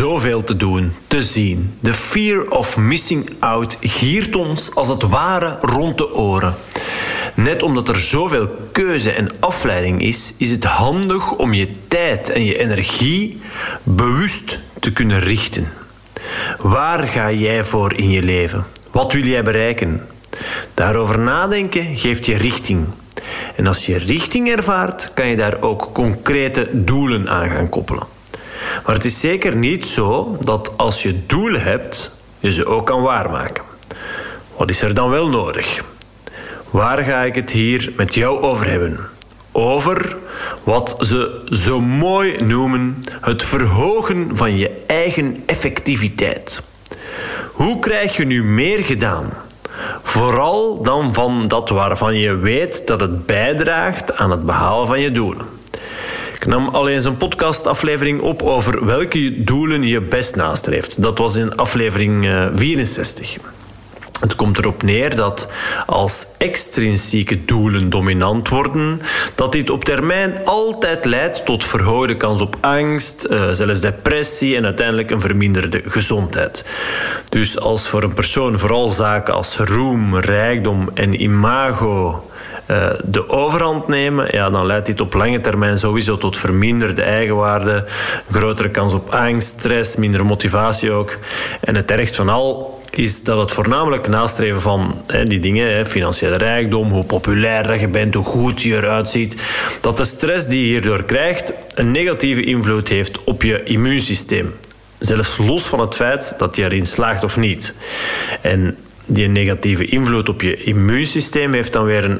zoveel te doen, te zien. De fear of missing out giert ons als het ware rond de oren. Net omdat er zoveel keuze en afleiding is het handig om je tijd en je energie bewust te kunnen richten. Waar ga jij voor in je leven? Wat wil jij bereiken? Daarover nadenken geeft je richting. En als je richting ervaart, kan je daar ook concrete doelen aan gaan koppelen. Maar het is zeker niet zo dat als je doelen hebt, je ze ook kan waarmaken. Wat is er dan wel nodig? Waar ga ik het hier met jou over hebben? Over wat ze zo mooi noemen het verhogen van je eigen effectiviteit. Hoe krijg je nu meer gedaan? Vooral dan van dat waarvan je weet dat het bijdraagt aan het behalen van je doelen. Ik nam al eens een podcastaflevering op over welke doelen je best nastreeft. Dat was in aflevering 64. Het komt erop neer dat als extrinsieke doelen dominant worden, dat dit op termijn altijd leidt tot verhoogde kans op angst, zelfs depressie en uiteindelijk een verminderde gezondheid. Dus als voor een persoon vooral zaken als roem, rijkdom en imago de overhand nemen, ja, dan leidt dit op lange termijn sowieso tot verminderde eigenwaarde, grotere kans op angst, stress, minder motivatie ook. En het ergst van al is dat het voornamelijk nastreven van die dingen, financiële rijkdom, hoe populair dat je bent, hoe goed je eruit ziet, dat de stress die je hierdoor krijgt een negatieve invloed heeft op je immuunsysteem. Zelfs los van het feit dat je erin slaagt of niet. En die negatieve invloed op je immuunsysteem heeft dan weer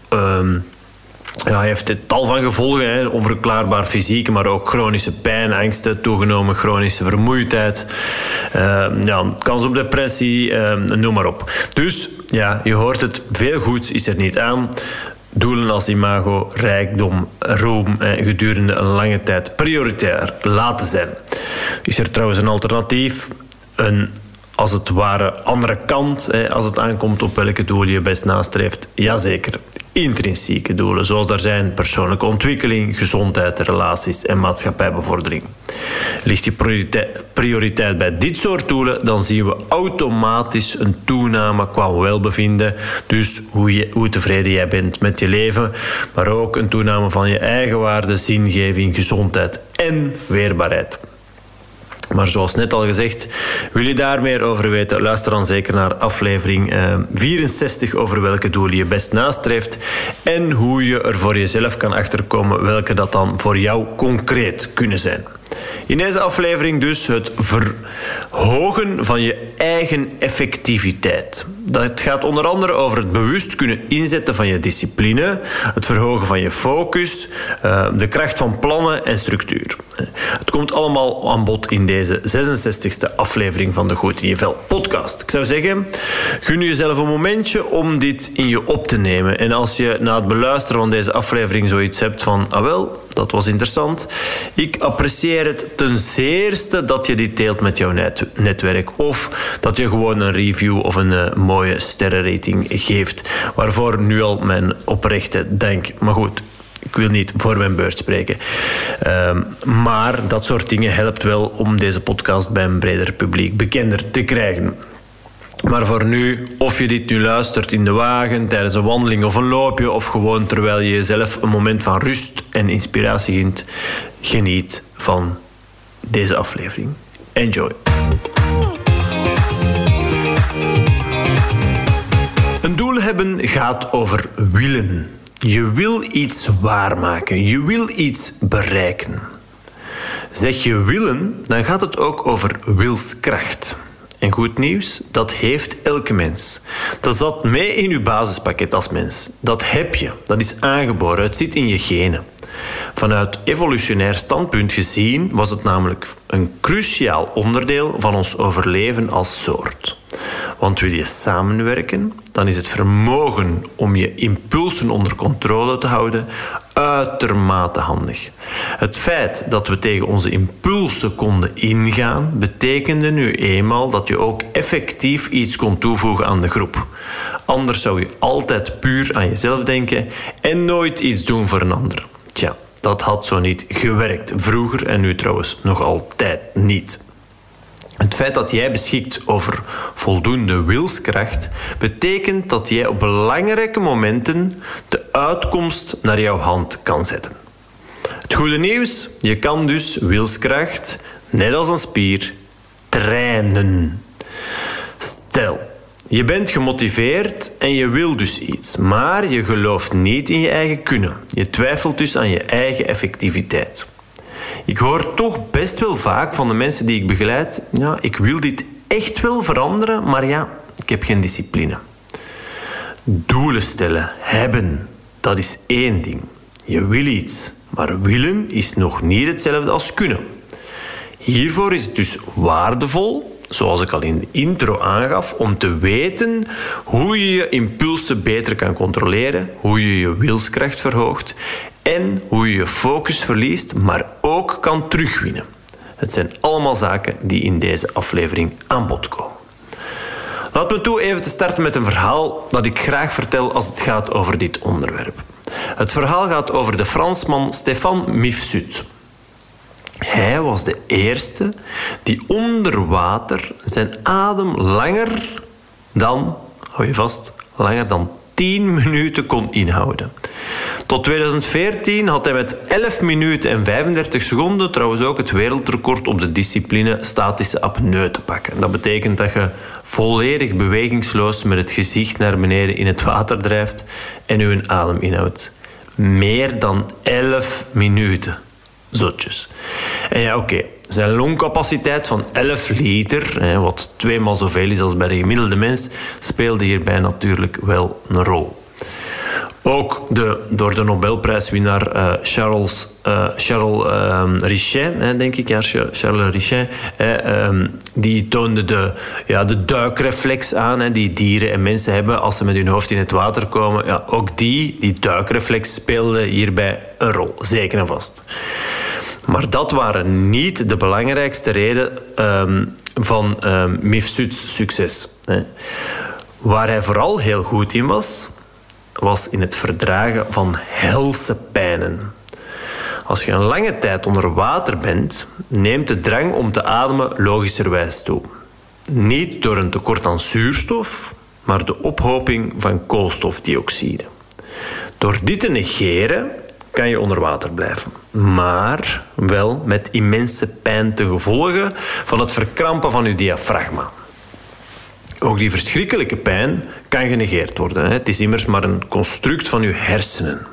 heeft een tal van gevolgen. Onverklaarbaar fysieke, maar ook chronische pijn, angsten, toegenomen chronische vermoeidheid, kans op depressie, noem maar op. Dus ja, je hoort het, veel goeds is er niet aan. Doelen als imago, rijkdom, roem gedurende een lange tijd prioritair laten zijn. Is er trouwens een alternatief? Een als het ware andere kant, als het aankomt op welke doel je best nastreeft? Jazeker. Intrinsieke doelen, zoals daar zijn persoonlijke ontwikkeling, gezondheid, relaties en maatschappijbevordering. Ligt je prioriteit bij dit soort doelen, dan zien we automatisch een toename qua welbevinden. Dus hoe tevreden jij bent met je leven, maar ook een toename van je eigenwaarde, zingeving, gezondheid en weerbaarheid. Maar zoals net al gezegd, wil je daar meer over weten? Luister dan zeker naar aflevering 64 over welke doelen je best nastreeft en hoe je er voor jezelf kan achterkomen welke dat dan voor jou concreet kunnen zijn. In deze aflevering dus het verhogen van je eigen effectiviteit. Dat gaat onder andere over het bewust kunnen inzetten van je discipline, het verhogen van je focus, de kracht van plannen en structuur. Het komt allemaal aan bod in deze 66e aflevering van de Goed in je Vel podcast. Ik zou zeggen, gun jezelf een momentje om dit in je op te nemen. En als je na het beluisteren van deze aflevering zoiets hebt van, dat was interessant. Ik apprecieer het ten zeerste dat je dit deelt met jouw netwerk. Of dat je gewoon een review of een mooie sterrenrating geeft. Waarvoor nu al mijn oprechte dank. Maar goed, ik wil niet voor mijn beurt spreken. Maar dat soort dingen helpt wel om deze podcast bij een breder publiek bekender te krijgen. Maar voor nu, of je dit nu luistert in de wagen, tijdens een wandeling of een loopje, of gewoon terwijl je jezelf een moment van rust en inspiratie gunt, geniet van deze aflevering. Enjoy. Een doel hebben gaat over willen. Je wil iets waarmaken. Je wil iets bereiken. Zeg je willen, dan gaat het ook over wilskracht. En goed nieuws, dat heeft elke mens. Dat zat mee in je basispakket als mens. Dat heb je, dat is aangeboren, het zit in je genen. Vanuit evolutionair standpunt gezien was het namelijk een cruciaal onderdeel van ons overleven als soort. Want wil je samenwerken, dan is het vermogen om je impulsen onder controle te houden uitermate handig. Het feit dat we tegen onze impulsen konden ingaan, betekende nu eenmaal dat je ook effectief iets kon toevoegen aan de groep. Anders zou je altijd puur aan jezelf denken en nooit iets doen voor een ander. Tja, dat had zo niet gewerkt vroeger en nu trouwens nog altijd niet. Het feit dat jij beschikt over voldoende wilskracht betekent dat jij op belangrijke momenten de uitkomst naar jouw hand kan zetten. Het goede nieuws, je kan dus wilskracht, net als een spier, trainen. Stel, je bent gemotiveerd en je wil dus iets, maar je gelooft niet in je eigen kunnen. Je twijfelt dus aan je eigen effectiviteit. Ik hoor toch best wel vaak van de mensen die ik begeleid, ja, ik wil dit echt wel veranderen, maar ja, ik heb geen discipline. Doelen stellen, hebben, dat is één ding. Je wil iets, maar willen is nog niet hetzelfde als kunnen. Hiervoor is het dus waardevol, zoals ik al in de intro aangaf, om te weten hoe je je impulsen beter kan controleren, hoe je je wilskracht verhoogt en hoe je je focus verliest, maar ook kan terugwinnen. Het zijn allemaal zaken die in deze aflevering aan bod komen. Laat me toe even te starten met een verhaal dat ik graag vertel als het gaat over dit onderwerp. Het verhaal gaat over de Fransman Stéphane Mifsud. Hij was de eerste die onder water zijn adem langer dan, hou je vast, langer dan 10 minuten kon inhouden. Tot 2014 had hij met 11 minuten en 35 seconden trouwens ook het wereldrecord op de discipline statische apneu te pakken. Dat betekent dat je volledig bewegingsloos met het gezicht naar beneden in het water drijft en je adem inhoudt. Meer dan 11 minuten. Zotjes. En ja, oké. Zijn longcapaciteit van 11 liter, wat 2 maal zoveel is als bij de gemiddelde mens, speelde hierbij natuurlijk wel een rol. Ook door de Nobelprijswinnaar Charles Richet, denk ik, ja, Charles Richet, die toonde de duikreflex aan die dieren en mensen hebben als ze met hun hoofd in het water komen. Ja, ook die duikreflex speelde hierbij een rol, zeker en vast. Maar dat waren niet de belangrijkste reden van Mifsud's succes. Waar hij vooral heel goed in was in het verdragen van helse pijnen. Als je een lange tijd onder water bent, neemt de drang om te ademen logischerwijs toe. Niet door een tekort aan zuurstof, maar de ophoping van koolstofdioxide. Door dit te negeren kan je onder water blijven. Maar wel met immense pijn ten gevolge van het verkrampen van je diafragma. Ook die verschrikkelijke pijn kan genegeerd worden. Het is immers maar een construct van je hersenen.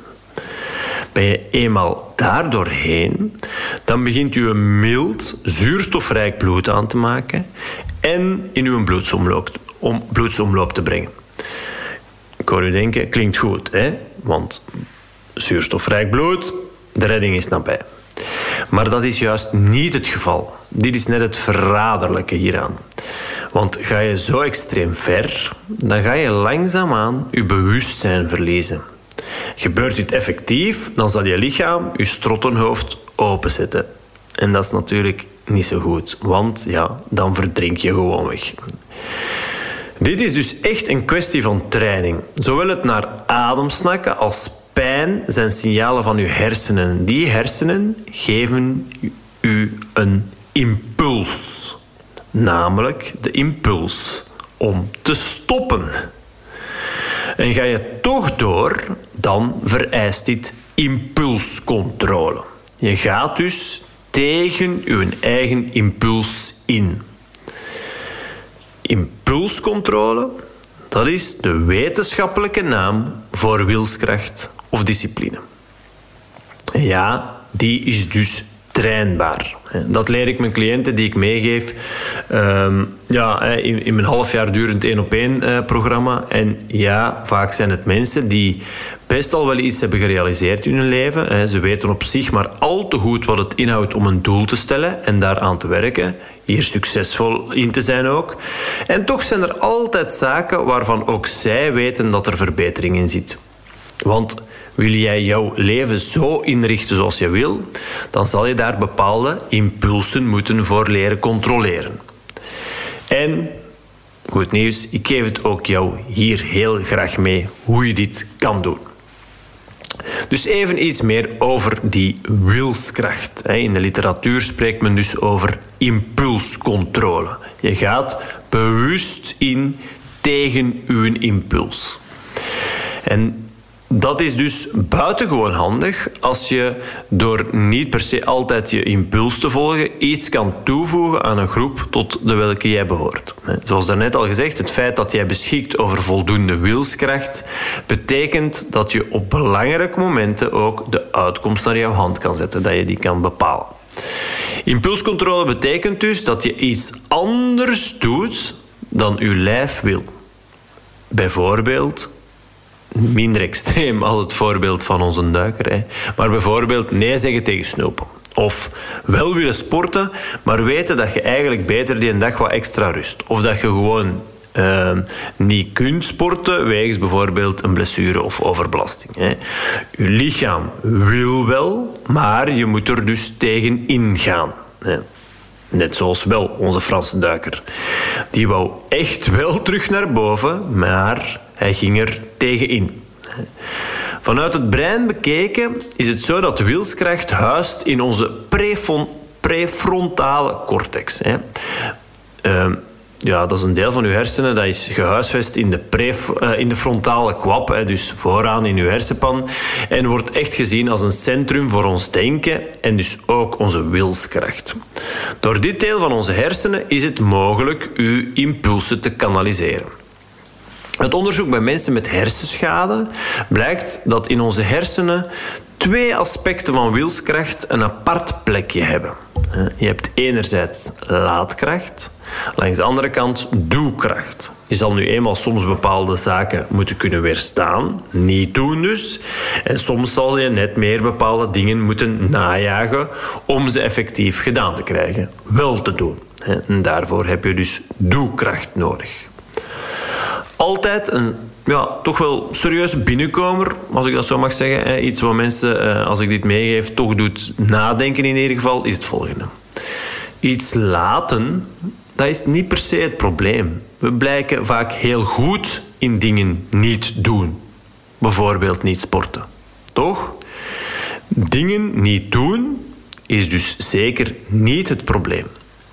Ben je eenmaal daar doorheen, dan begint je een mild, zuurstofrijk bloed aan te maken en in je bloedsomloop te brengen. Ik hoor u denken, klinkt goed, hè? Want zuurstofrijk bloed, de redding is nabij. Maar dat is juist niet het geval. Dit is net het verraderlijke hieraan. Want ga je zo extreem ver, dan ga je langzaamaan je bewustzijn verliezen. Gebeurt dit effectief, dan zal je lichaam je strottenhoofd openzetten. En dat is natuurlijk niet zo goed, want ja, dan verdrink je gewoon weg. Dit is dus echt een kwestie van training. Zowel het naar adem snakken als pijn zijn signalen van uw hersenen. Die hersenen geven u een impuls. Namelijk de impuls om te stoppen. En ga je toch door, dan vereist dit impulscontrole. Je gaat dus tegen uw eigen impuls in. Impulscontrole, dat is de wetenschappelijke naam voor wilskracht of discipline. Ja, die is dus trainbaar. Dat leer ik mijn cliënten die ik meegeef in mijn half jaar durend 1-op-1 programma. En ja, vaak zijn het mensen die best al wel iets hebben gerealiseerd in hun leven. Ze weten op zich maar al te goed wat het inhoudt om een doel te stellen en daaraan te werken. Hier succesvol in te zijn ook. En toch zijn er altijd zaken waarvan ook zij weten dat er verbetering in zit. Want wil jij jouw leven zo inrichten zoals je wil, dan zal je daar bepaalde impulsen moeten voor leren controleren. En, goed nieuws, ik geef het ook jou hier heel graag mee hoe je dit kan doen. Dus even iets meer over die wilskracht. In de literatuur spreekt men dus over impulscontrole. Je gaat bewust in tegen uw impuls. En dat is dus buitengewoon handig als je door niet per se altijd je impuls te volgen iets kan toevoegen aan een groep tot de welke jij behoort. Zoals daarnet al gezegd, het feit dat jij beschikt over voldoende wilskracht betekent dat je op belangrijke momenten ook de uitkomst naar jouw hand kan zetten, dat je die kan bepalen. Impulscontrole betekent dus dat je iets anders doet dan je lijf wil. Bijvoorbeeld, minder extreem als het voorbeeld van onze duiker, maar bijvoorbeeld nee zeggen tegen snoepen. Of wel willen sporten, maar weten dat je eigenlijk beter die een dag wat extra rust. Of dat je gewoon niet kunt sporten wegens bijvoorbeeld een blessure of overbelasting. Je lichaam wil wel, maar je moet er dus tegen ingaan. Net zoals wel onze Franse duiker. Die wou echt wel terug naar boven, maar hij ging er tegenin. Vanuit het brein bekeken is het zo dat de wilskracht huist in onze prefrontale cortex. Ja, dat is een deel van uw hersenen dat is gehuisvest in de frontale kwab, dus vooraan in uw hersenpan, en wordt echt gezien als een centrum voor ons denken en dus ook onze wilskracht. Door dit deel van onze hersenen is het mogelijk uw impulsen te kanaliseren. Het onderzoek bij mensen met hersenschade blijkt dat in onze hersenen 2 aspecten van wilskracht een apart plekje hebben. Je hebt enerzijds laatkracht, langs de andere kant doekracht. Je zal nu eenmaal soms bepaalde zaken moeten kunnen weerstaan, niet doen dus. En soms zal je net meer bepaalde dingen moeten najagen om ze effectief gedaan te krijgen, wel te doen. En daarvoor heb je dus doekracht nodig. Altijd een toch wel serieuze binnenkomer, als ik dat zo mag zeggen. Iets wat mensen, als ik dit meegeef, toch doet nadenken in ieder geval, is het volgende. Iets laten, dat is niet per se het probleem. We blijken vaak heel goed in dingen niet doen. Bijvoorbeeld niet sporten. Toch? Dingen niet doen is dus zeker niet het probleem.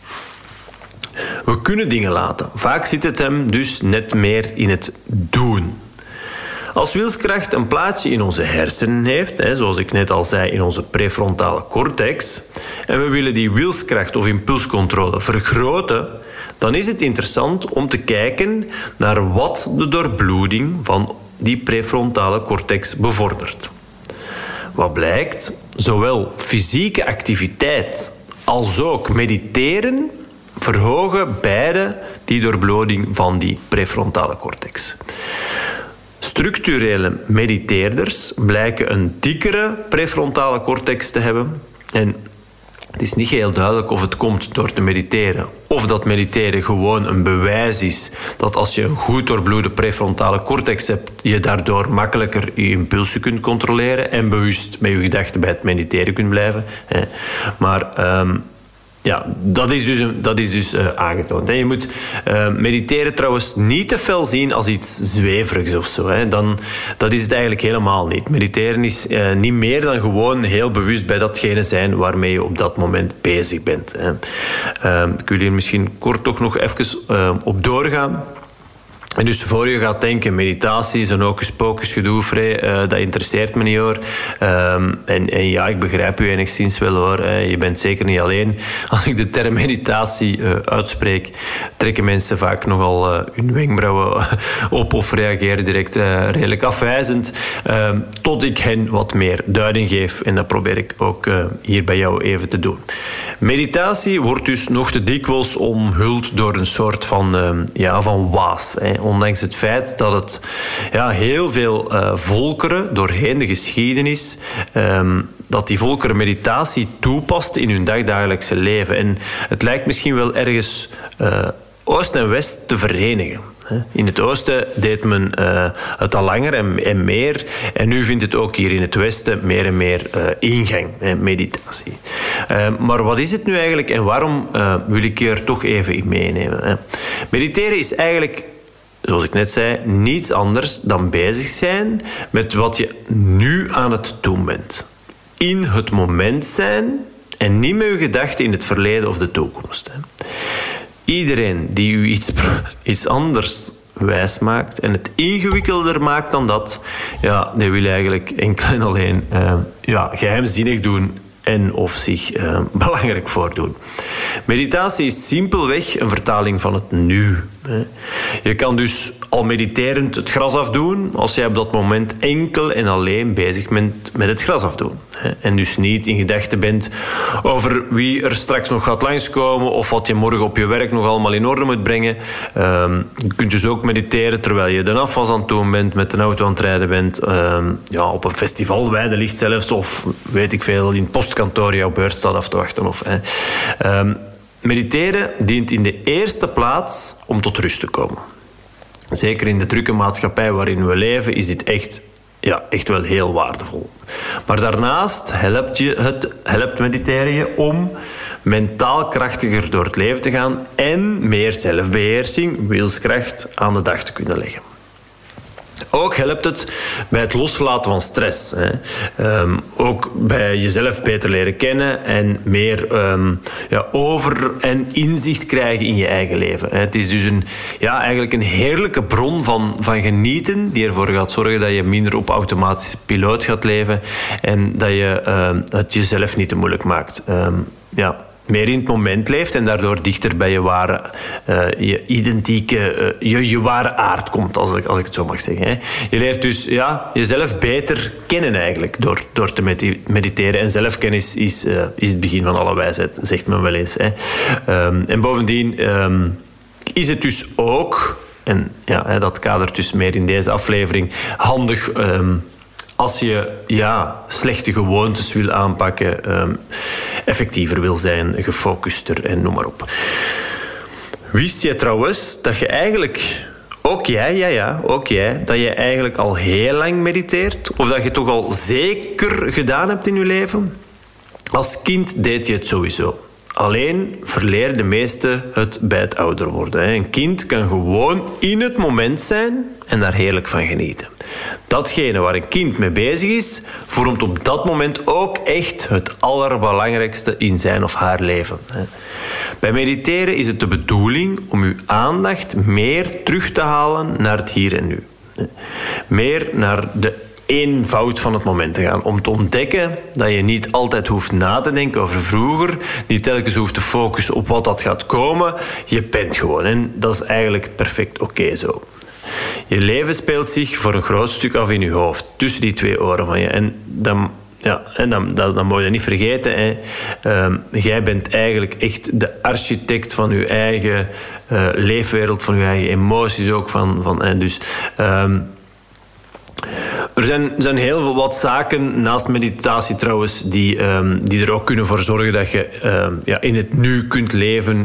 We kunnen dingen laten. Vaak zit het hem dus net meer in het doen. Als wilskracht een plaatsje in onze hersenen heeft, zoals ik net al zei, in onze prefrontale cortex, en we willen die wilskracht of impulscontrole vergroten, dan is het interessant om te kijken naar wat de doorbloeding van die prefrontale cortex bevordert. Wat blijkt? Zowel fysieke activiteit als ook mediteren verhogen beide die doorbloeding van die prefrontale cortex. Structurele mediteerders blijken een dikkere prefrontale cortex te hebben. En het is niet heel duidelijk of het komt door te mediteren of dat mediteren gewoon een bewijs is dat als je een goed doorbloede prefrontale cortex hebt, je daardoor makkelijker je impulsen kunt controleren en bewust met je gedachten bij het mediteren kunt blijven. Maar dat is dus aangetoond. Je moet mediteren trouwens niet te fel zien als iets zweverigs of zo. Dat is het eigenlijk helemaal niet. Mediteren is niet meer dan gewoon heel bewust bij datgene zijn waarmee je op dat moment bezig bent. Ik wil hier misschien kort toch nog even op doorgaan. En dus voor je gaat denken, meditatie is een hocus-pocus gedoe, dat interesseert me niet hoor. En ja, ik begrijp u enigszins wel hoor. Je bent zeker niet alleen. Als ik de term meditatie uitspreek, trekken mensen vaak nogal hun wenkbrauwen op of reageren direct redelijk afwijzend. Tot ik hen wat meer duiding geef. En dat probeer ik ook hier bij jou even te doen. Meditatie wordt dus nog te dikwijls omhuld door een soort van waas. Ondanks het feit dat het heel veel volkeren doorheen de geschiedenis, dat die volkeren meditatie toepasten in hun dagdagelijkse leven. En het lijkt misschien wel ergens Oost en West te verenigen. In het oosten deed men het al langer en meer. En nu vindt het ook hier in het westen meer en meer ingang, meditatie. Maar wat is het nu eigenlijk en waarom wil ik je er toch even in meenemen? Mediteren is eigenlijk zoals ik net zei, niets anders dan bezig zijn met wat je nu aan het doen bent. In het moment zijn en niet met je gedachten in het verleden of de toekomst. Iedereen die u iets anders wijs maakt en het ingewikkelder maakt dan dat, ja, die wil eigenlijk enkel en alleen geheimzinnig doen en of zich belangrijk voordoen. Meditatie is simpelweg een vertaling van het nu. Je kan dus al mediterend het gras afdoen als jij op dat moment enkel en alleen bezig bent met het gras afdoen. En dus niet in gedachten bent over wie er straks nog gaat langskomen of wat je morgen op je werk nog allemaal in orde moet brengen. Je kunt dus ook mediteren terwijl je de afwas aan het doen bent, met een auto aan het rijden bent, op een festival, weidelicht zelfs, of weet ik veel, in het postkantoor jouw beurt staat af te wachten. Mediteren dient in de eerste plaats om tot rust te komen. Zeker in de drukke maatschappij waarin we leven is dit echt wel heel waardevol. Maar daarnaast helpt mediteren je om mentaal krachtiger door het leven te gaan en meer zelfbeheersing, wilskracht aan de dag te kunnen leggen. Ook helpt het bij het loslaten van stress. Ook bij jezelf beter leren kennen en meer over- en inzicht krijgen in je eigen leven. Het is dus eigenlijk een heerlijke bron van genieten die ervoor gaat zorgen dat je minder op automatische piloot gaat leven en dat je het jezelf niet te moeilijk maakt. Meer in het moment leeft en daardoor dichter bij je ware, je identieke, je ware aard komt, als ik het zo mag zeggen. Je leert dus jezelf beter kennen eigenlijk door te mediteren. En zelfkennis is het begin van alle wijsheid, zegt men wel eens. En bovendien is het dus ook, en dat kadert dus meer in deze aflevering, handig als je slechte gewoontes wil aanpakken, effectiever wil zijn, gefocuster en noem maar op. Wist je trouwens dat je eigenlijk, ook jij, dat je eigenlijk al heel lang mediteert? Of dat je toch al zeker gedaan hebt in je leven? Als kind deed je het sowieso. Alleen verleren de meesten het bij het ouder worden. Een kind kan gewoon in het moment zijn en daar heerlijk van genieten. Datgene waar een kind mee bezig is, vormt op dat moment ook echt het allerbelangrijkste in zijn of haar leven. Bij mediteren is het de bedoeling om uw aandacht meer terug te halen naar het hier en nu. Meer naar de eenvoud van het moment te gaan. Om te ontdekken dat je niet altijd hoeft na te denken over vroeger, niet telkens hoeft te focussen op wat dat gaat komen. Je bent gewoon. En dat is eigenlijk perfect oké zo. Je leven speelt zich voor een groot stuk af in je hoofd, tussen die twee oren van je. En dan moet je niet vergeten, jij bent eigenlijk echt de architect van je eigen leefwereld, van je eigen emoties ook. Er zijn heel veel wat zaken, naast meditatie trouwens, die er ook kunnen voor zorgen dat je in het nu kunt leven.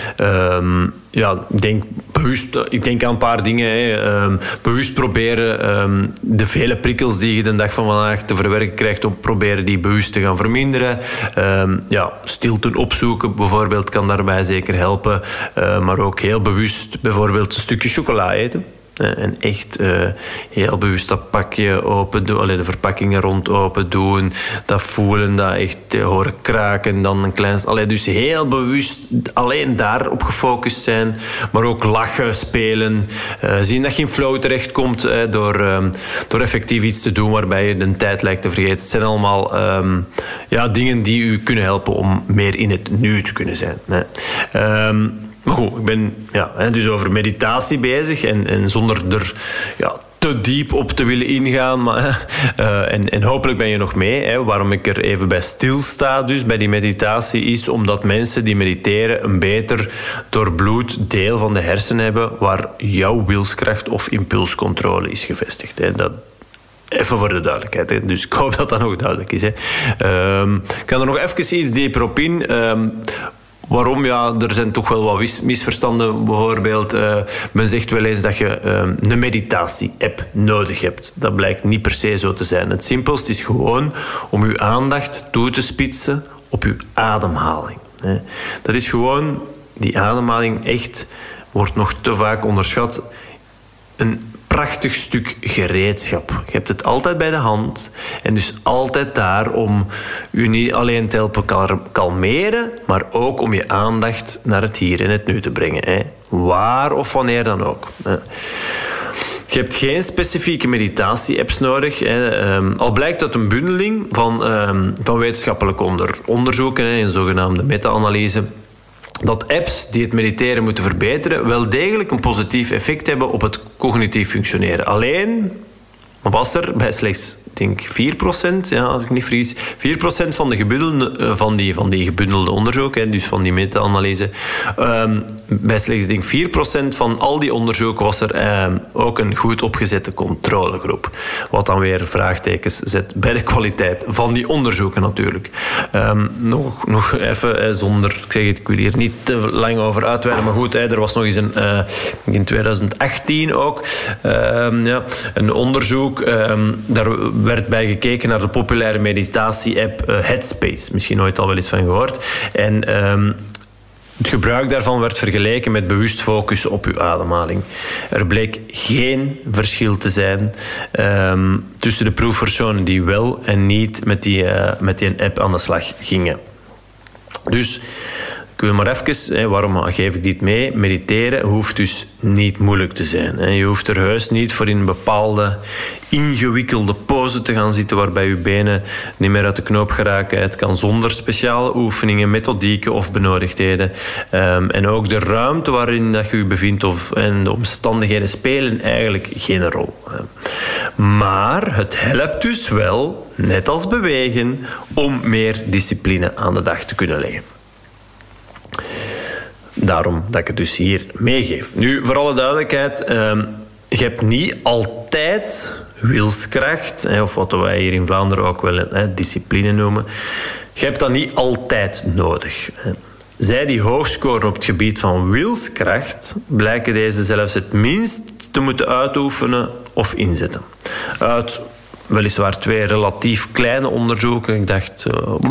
Ik denk aan een paar dingen. Bewust proberen de vele prikkels die je de dag van vandaag te verwerken krijgt, om proberen die bewust te gaan verminderen. Stilte opzoeken bijvoorbeeld kan daarbij zeker helpen. Maar ook heel bewust bijvoorbeeld een stukje chocola eten. En echt heel bewust dat pakje open doen, de verpakkingen rond open doen, dat voelen, dat echt horen kraken, dan een klein... dus heel bewust alleen daarop gefocust zijn, maar ook lachen, spelen, zien dat je in flow terechtkomt door effectief iets te doen waarbij je de tijd lijkt te vergeten. Het zijn allemaal dingen die u kunnen helpen om meer in het nu te kunnen zijn. Maar goed, ik ben dus over meditatie bezig en zonder er te diep op te willen ingaan. Maar, en hopelijk ben je nog mee. Waarom ik er even bij stilsta dus bij die meditatie is omdat mensen die mediteren een beter doorbloed deel van de hersenen hebben waar jouw wilskracht of impulscontrole is gevestigd. Dat even voor de duidelijkheid. Dus ik hoop dat dat nog duidelijk is. Ik kan er nog even iets dieper op in. Waarom? Er zijn toch wel wat misverstanden. Bijvoorbeeld, men zegt wel eens dat je een meditatie-app nodig hebt. Dat blijkt niet per se zo te zijn. Het simpelste is gewoon om uw aandacht toe te spitsen op uw ademhaling. Dat is gewoon, die ademhaling echt wordt nog te vaak onderschat. een prachtig stuk gereedschap. Je hebt het altijd bij de hand en dus altijd daar om je niet alleen te helpen kalmeren, maar ook om je aandacht naar het hier en het nu te brengen. Hè. Waar of wanneer dan ook. Je hebt geen specifieke meditatie-apps nodig. Al blijkt uit een bundeling van wetenschappelijke onderzoeken, een zogenaamde meta-analyse, dat apps die het mediteren moeten verbeteren wel degelijk een positief effect hebben op het cognitief functioneren. Alleen was er bij slechts, ik denk 4%, ja, als ik niet vergis, 4% van die gebundelde onderzoeken, dus van die meta-analyse, bij slechts, denk 4% van al die onderzoeken was er ook een goed opgezette controlegroep. Wat dan weer vraagtekens zet bij de kwaliteit van die onderzoeken natuurlijk. Nog even, zonder, ik wil hier niet te lang over uitweiden, maar goed, er was nog eens in 2018 ook, een onderzoek. Daar werd bij gekeken naar de populaire meditatie-app Headspace. Misschien nooit al wel eens van gehoord. En het gebruik daarvan werd vergeleken met bewust focussen op uw ademhaling. Er bleek geen verschil te zijn tussen de proefpersonen die wel en niet met die app aan de slag gingen. Dus ik wil maar even, waarom geef ik dit mee? Mediteren hoeft dus niet moeilijk te zijn. Je hoeft er heus niet voor in een bepaalde ingewikkelde pose te gaan zitten waarbij je benen niet meer uit de knoop geraken. Het kan zonder speciale oefeningen, methodieken of benodigdheden. En ook de ruimte waarin dat je je bevindt en de omstandigheden spelen eigenlijk geen rol. Maar het helpt dus wel, net als bewegen, om meer discipline aan de dag te kunnen leggen. Daarom dat ik het dus hier meegeef. Nu, voor alle duidelijkheid, je hebt niet altijd wilskracht, of wat wij hier in Vlaanderen ook wel discipline noemen. Je hebt dat niet altijd nodig. Zij die hoog scoren op het gebied van wilskracht, blijken deze zelfs het minst te moeten uitoefenen of inzetten. Uit weliswaar 2 relatief kleine onderzoeken. Ik dacht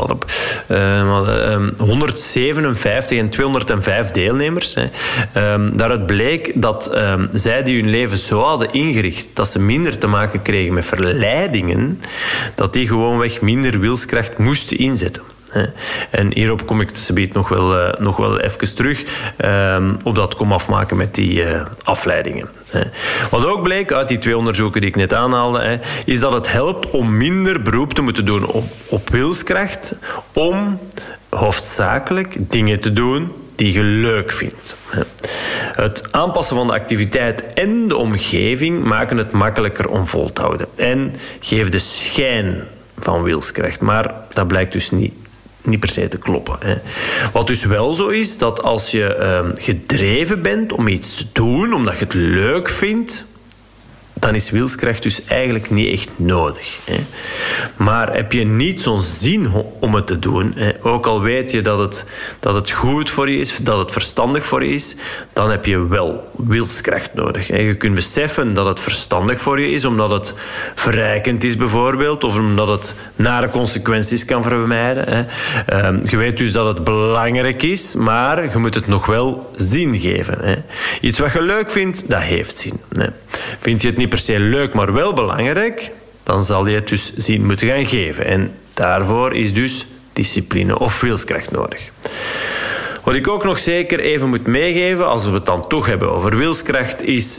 157 en 205 deelnemers. Daaruit bleek dat zij die hun leven zo hadden ingericht dat ze minder te maken kregen met verleidingen, dat die gewoonweg minder wilskracht moesten inzetten. En hierop kom ik tussenbeet nog wel even terug op dat komaf maken met die afleidingen. Wat ook bleek uit die 2 onderzoeken die ik net aanhaalde, is dat het helpt om minder beroep te moeten doen op wilskracht, om hoofdzakelijk dingen te doen die je leuk vindt. Het aanpassen van de activiteit en de omgeving maken het makkelijker om vol te houden en geven de schijn van wilskracht. Maar dat blijkt dus niet per se te kloppen. Wat dus wel zo is, dat als je gedreven bent om iets te doen, omdat je het leuk vindt, dan is wilskracht dus eigenlijk niet echt nodig. Maar heb je niet zo'n zin om het te doen, ook al weet je dat het goed voor je is, dat het verstandig voor je is, dan heb je wel wilskracht nodig. Je kunt beseffen dat het verstandig voor je is, omdat het verrijkend is bijvoorbeeld, of omdat het nare consequenties kan vermijden. Je weet dus dat het belangrijk is, maar je moet het nog wel zin geven. Iets wat je leuk vindt, dat heeft zin. Vind je het niet per se leuk, maar wel belangrijk, dan zal je het dus zin moeten gaan geven. En daarvoor is dus discipline of wilskracht nodig. Wat ik ook nog zeker even moet meegeven, als we het dan toch hebben over wilskracht, is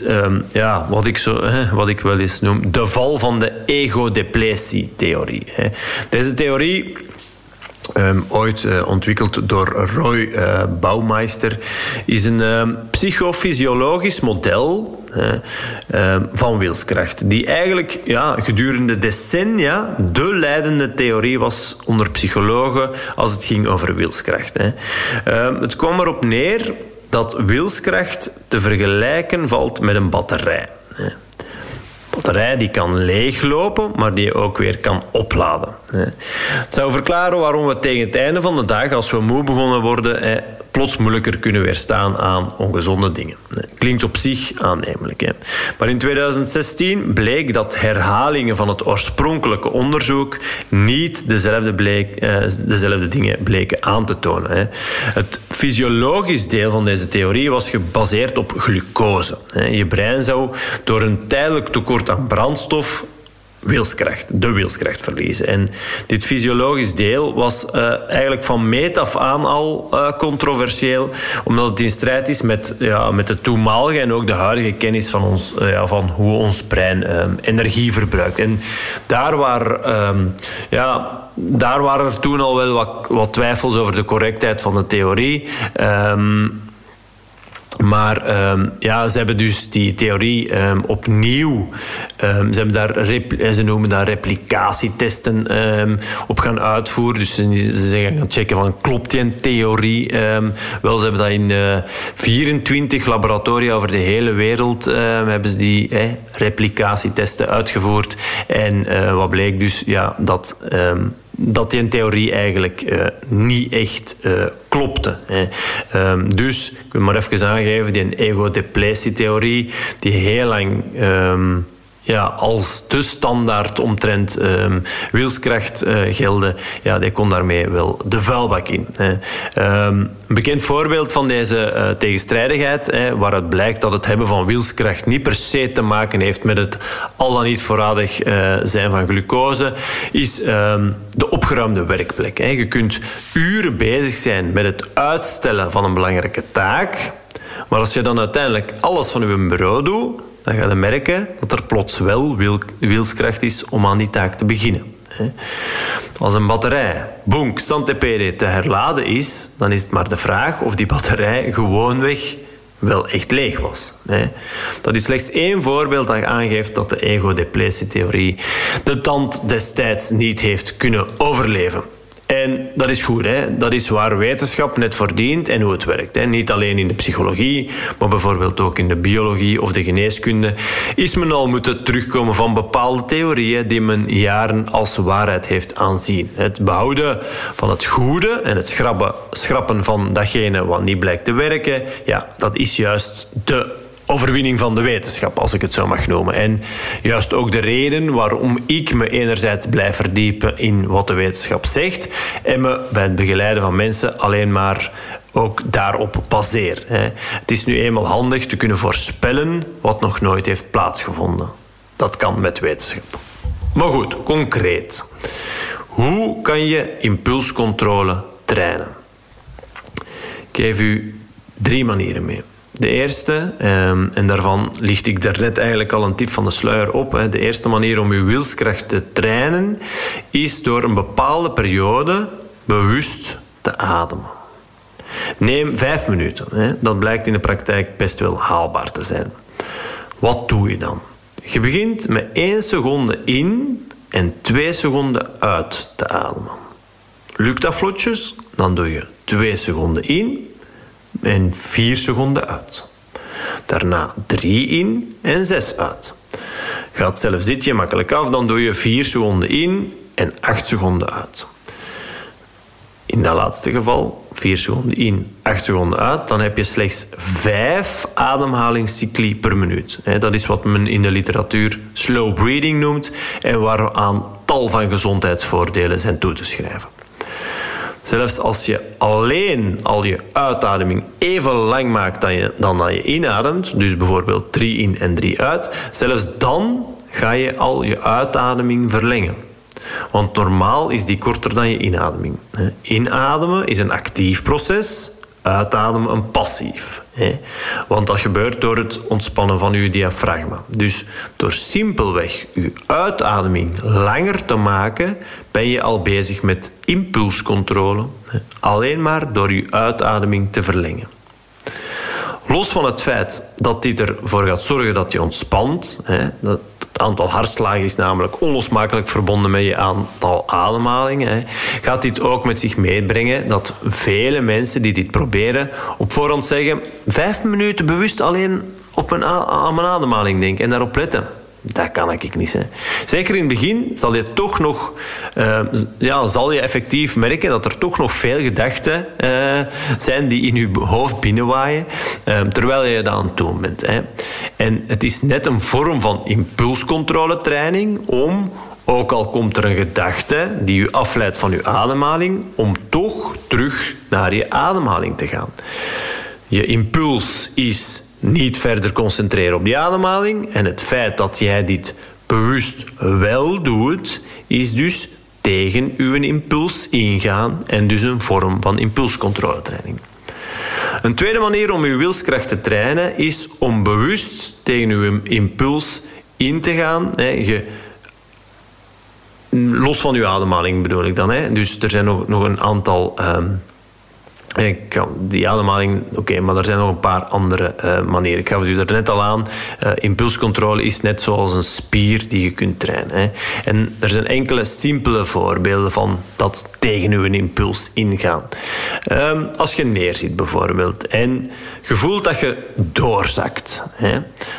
wat ik wel eens noem de val van de ego-depletie-theorie. Deze theorie, ooit ontwikkeld door Roy Baumeister, is een psychofysiologisch model van wilskracht, die eigenlijk gedurende decennia de leidende theorie was onder psychologen als het ging over wilskracht. Het kwam erop neer dat wilskracht te vergelijken valt met een batterij. Een batterij die kan leeglopen, maar die je ook weer kan opladen. Het zou verklaren waarom we tegen het einde van de dag, als we moe begonnen worden, plots moeilijker kunnen weerstaan aan ongezonde dingen. Klinkt op zich aannemelijk. Hè. Maar in 2016 bleek dat herhalingen van het oorspronkelijke onderzoek niet dezelfde dingen bleken aan te tonen. Hè. Het fysiologisch deel van deze theorie was gebaseerd op glucose. Je brein zou door een tijdelijk tekort aan brandstof de wilskracht verliezen. En dit fysiologisch deel was eigenlijk van meet af aan al controversieel, omdat het in strijd is met de toenmalige en ook de huidige kennis van hoe ons brein energie verbruikt. En daar waren er toen al wel wat twijfels over de correctheid van de theorie. Maar ze hebben dus die theorie opnieuw... ze noemen dat replicatietesten op gaan uitvoeren. Dus ze gaan checken van, klopt die theorie? Ze hebben dat in 24 laboratoria over de hele wereld... hebben ze die replicatietesten uitgevoord. En wat bleek dus? Ja, dat die theorie eigenlijk niet echt klopte. Dus, ik wil maar even aangeven, die ego-depletietheorie, die heel lang als de standaard omtrent wilskracht gelden, die kon daarmee wel de vuilbak in. Een bekend voorbeeld van deze tegenstrijdigheid, waaruit blijkt dat het hebben van wilskracht niet per se te maken heeft met het al dan niet voorradig zijn van glucose, is de opgeruimde werkplek. Je kunt uren bezig zijn met het uitstellen van een belangrijke taak, maar als je dan uiteindelijk alles van je bureau doet, dan ga je merken dat er plots wel wilskracht is om aan die taak te beginnen. Als een batterij, stantepede, te herladen is, dan is het maar de vraag of die batterij gewoonweg wel echt leeg was. Dat is slechts één voorbeeld dat aangeeft dat de ego-depletietheorie de tand destijds niet heeft kunnen overleven. En dat is goed, hè? Dat is waar wetenschap net voor dient en hoe het werkt. Hè? Niet alleen in de psychologie, maar bijvoorbeeld ook in de biologie of de geneeskunde is men al moeten terugkomen van bepaalde theorieën die men jaren als waarheid heeft aanzien. Het behouden van het goede en het schrappen van datgene wat niet blijkt te werken, dat is juist de overwinning van de wetenschap, als ik het zo mag noemen. En juist ook de reden waarom ik me enerzijds blijf verdiepen in wat de wetenschap zegt en me bij het begeleiden van mensen alleen maar ook daarop baseer. Het is nu eenmaal handig te kunnen voorspellen wat nog nooit heeft plaatsgevonden. Dat kan met wetenschap. Maar goed, concreet. Hoe kan je impulscontrole trainen? Ik geef u 3 manieren mee. De eerste, en daarvan licht ik daarnet eigenlijk al een tip van de sluier op. De eerste manier om uw wilskracht te trainen is door een bepaalde periode bewust te ademen. Neem 5 minuten. Dat blijkt in de praktijk best wel haalbaar te zijn. Wat doe je dan? Je begint met 1 seconde in en 2 seconden uit te ademen. Lukt dat vlotjes? Dan doe je 2 seconden in en 4 seconden uit. Daarna 3 in en 6 uit. Gaat zelf zit je makkelijk af, dan doe je 4 seconden in en 8 seconden uit. In dat laatste geval, 4 seconden in, 8 seconden uit, dan heb je slechts 5 ademhalingscycli per minuut. Dat is wat men in de literatuur slow breathing noemt en waaraan tal van gezondheidsvoordelen zijn toe te schrijven. Zelfs als je alleen al je uitademing even lang maakt dan dat je inademt, dus bijvoorbeeld 3 in en 3 uit, zelfs dan ga je al je uitademing verlengen. Want normaal is die korter dan je inademing. Inademen is een actief proces, uitademen een passief. Want dat gebeurt door het ontspannen van je diafragma. Dus door simpelweg je uitademing langer te maken, ben je al bezig met impulscontrole. Alleen maar door je uitademing te verlengen. Los van het feit dat dit ervoor gaat zorgen dat je ontspant. Het aantal hartslagen is namelijk onlosmakelijk verbonden met je aantal ademhalingen. Gaat dit ook met zich meebrengen dat vele mensen die dit proberen op voorhand zeggen 5 minuten bewust alleen aan mijn ademhaling denken en daarop letten. dat kan ik niet. Hè. Zeker in het begin zal je toch nog... zal je effectief merken dat er toch nog veel gedachten zijn die in je hoofd binnenwaaien, terwijl je dat aan het doen bent. Hè. En het is net een vorm van impulscontroletraining om, ook al komt er een gedachte die je afleidt van je ademhaling, om toch terug naar je ademhaling te gaan. Je impuls is niet verder concentreren op die ademhaling. En het feit dat jij dit bewust wel doet, is dus tegen uw impuls ingaan en dus een vorm van impulscontroletraining. Een tweede manier om uw wilskracht te trainen is om bewust tegen uw impuls in te gaan. Los van uw ademhaling bedoel ik dan. Dus er zijn nog een aantal... die ademhaling, oké, maar er zijn nog een paar andere manieren. Ik gaf het u er net al aan. Impulscontrole is net zoals een spier die je kunt trainen. Hè. En er zijn enkele simpele voorbeelden van dat tegen uw impuls ingaan. Als je neerzit bijvoorbeeld en je voelt dat je doorzakt. Hè.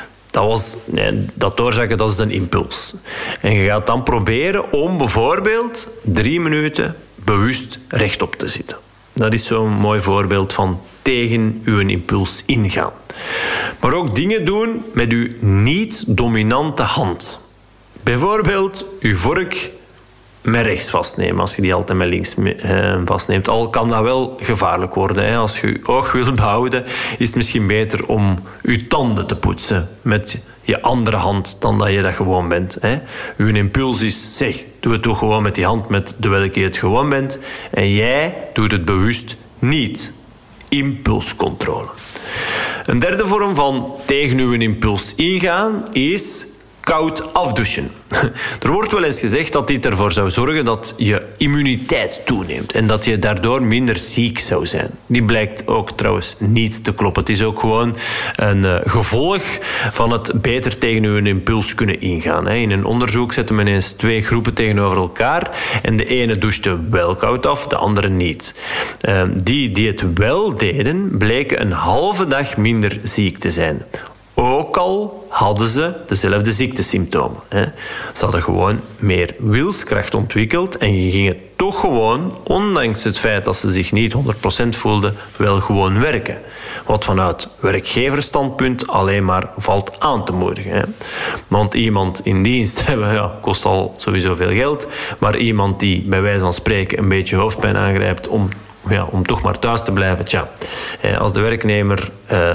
Dat doorzakken, dat is een impuls. En je gaat dan proberen om bijvoorbeeld 3 minuten bewust rechtop te zitten. Dat is zo'n mooi voorbeeld van tegen uw impuls ingaan. Maar ook dingen doen met uw niet-dominante hand. Bijvoorbeeld uw vork met rechts vastnemen, als je die altijd met links vastneemt. Al kan dat wel gevaarlijk worden. Hè. Als je je oog wilt behouden, is het misschien beter om je tanden te poetsen met je andere hand dan dat je dat gewoon bent. Hè. Uw impuls is, doe het toch gewoon met die hand met de welke je het gewoon bent. En jij doet het bewust niet. Impulscontrole. Een derde vorm van tegen uw impuls ingaan is koud afdouchen. Er wordt wel eens gezegd dat dit ervoor zou zorgen dat je immuniteit toeneemt en dat je daardoor minder ziek zou zijn. Die blijkt ook trouwens niet te kloppen. Het is ook gewoon een gevolg van het beter tegen uw impuls kunnen ingaan. In een onderzoek zetten men eens 2 groepen tegenover elkaar en de ene douchte wel koud af, de andere niet. Die het wel deden, bleken een halve dag minder ziek te zijn. Ook al hadden ze dezelfde ziektesymptomen. Ze hadden gewoon meer wilskracht ontwikkeld en gingen toch gewoon, ondanks het feit dat ze zich niet 100% voelden, wel gewoon werken. Wat vanuit werkgeversstandpunt alleen maar valt aan te moedigen. Want iemand in dienst hebben kost al sowieso veel geld, maar iemand die bij wijze van spreken een beetje hoofdpijn aangrijpt om toch maar thuis te blijven. Als de werknemer